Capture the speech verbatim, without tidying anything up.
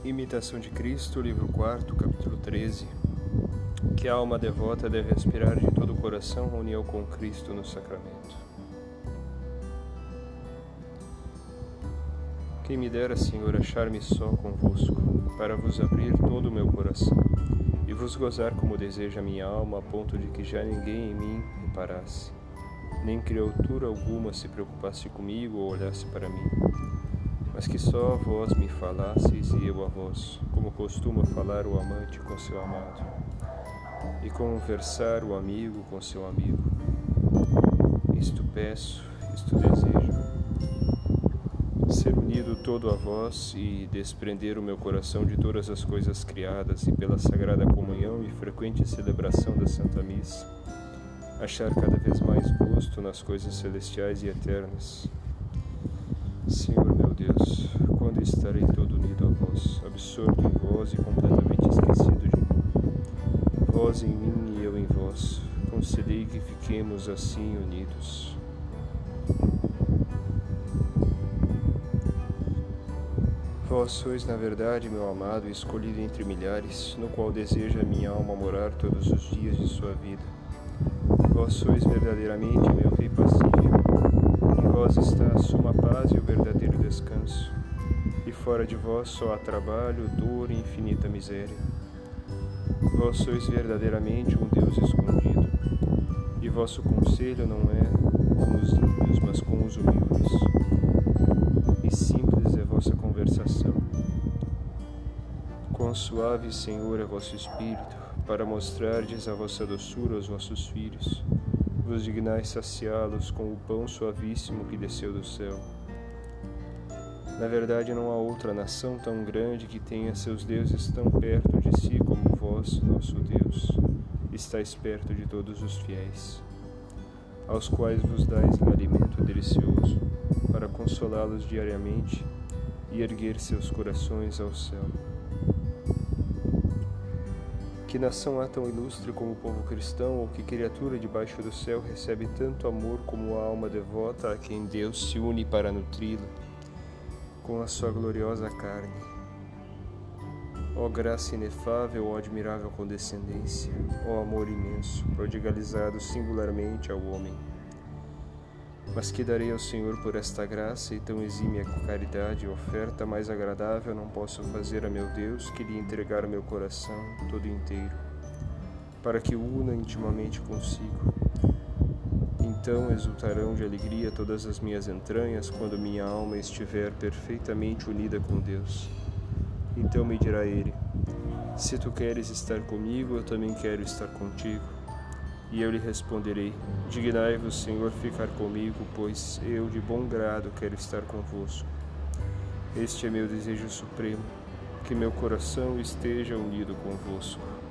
Imitação de Cristo, livro quarto, capítulo treze. Que a alma devota deve aspirar de todo o coração a união com Cristo no sacramento. Quem me dera, Senhor, achar-me só convosco, para vos abrir todo o meu coração, e vos gozar como deseja a minha alma, a ponto de que já ninguém em mim reparasse, nem criatura alguma se preocupasse comigo ou olhasse para mim, mas que só vós me falasseis e eu a vós, como costuma falar o amante com seu amado, e conversar o amigo com seu amigo. Isto peço, isto desejo, ser unido todo a vós e desprender o meu coração de todas as coisas criadas, e pela sagrada comunhão e frequente celebração da Santa Missa, achar cada vez mais gosto nas coisas celestiais e eternas. Senhor meu Deus, quando estarei todo unido a vós, absorto em vós e completamente esquecido de mim? Vós em mim e eu em vós, concedei que fiquemos assim unidos. Vós sois, na verdade, meu amado, escolhido entre milhares, no qual deseja minha alma morar todos os dias de sua vida. Vós sois verdadeiramente meu Rei pacífico. Em vós está a suma paz e o verdadeiro descanso, e fora de vós só há trabalho, dor e infinita miséria. Vós sois verdadeiramente um Deus escondido, e vosso conselho não é com os ímpios, mas com os humildes, e simples é vossa conversação. Quão suave, Senhor, é vosso Espírito, para mostrardes a vossa doçura aos vossos filhos. Vos dignais saciá-los com o pão suavíssimo que desceu do céu. Na verdade, não há outra nação tão grande que tenha seus deuses tão perto de si como vós, nosso Deus, estáis perto de todos os fiéis, aos quais vos dais em alimento delicioso, para consolá-los diariamente e erguer seus corações ao céu. Que nação há tão ilustre como o povo cristão, ou que criatura debaixo do céu recebe tanto amor como a alma devota a quem Deus se une para nutri-la com a sua gloriosa carne? Ó graça inefável, ó admirável condescendência, ó amor imenso, prodigalizado singularmente ao homem. Mas que darei ao Senhor por esta graça e tão exímia caridade e oferta mais agradável não posso fazer a meu Deus que lhe entregar meu coração todo inteiro, para que o una intimamente consigo. Então exultarão de alegria todas as minhas entranhas quando minha alma estiver perfeitamente unida com Deus. Então me dirá Ele: se tu queres estar comigo, eu também quero estar contigo. E eu lhe responderei: dignai-vos, Senhor, ficar comigo, pois eu de bom grado quero estar convosco. Este é meu desejo supremo, que meu coração esteja unido convosco.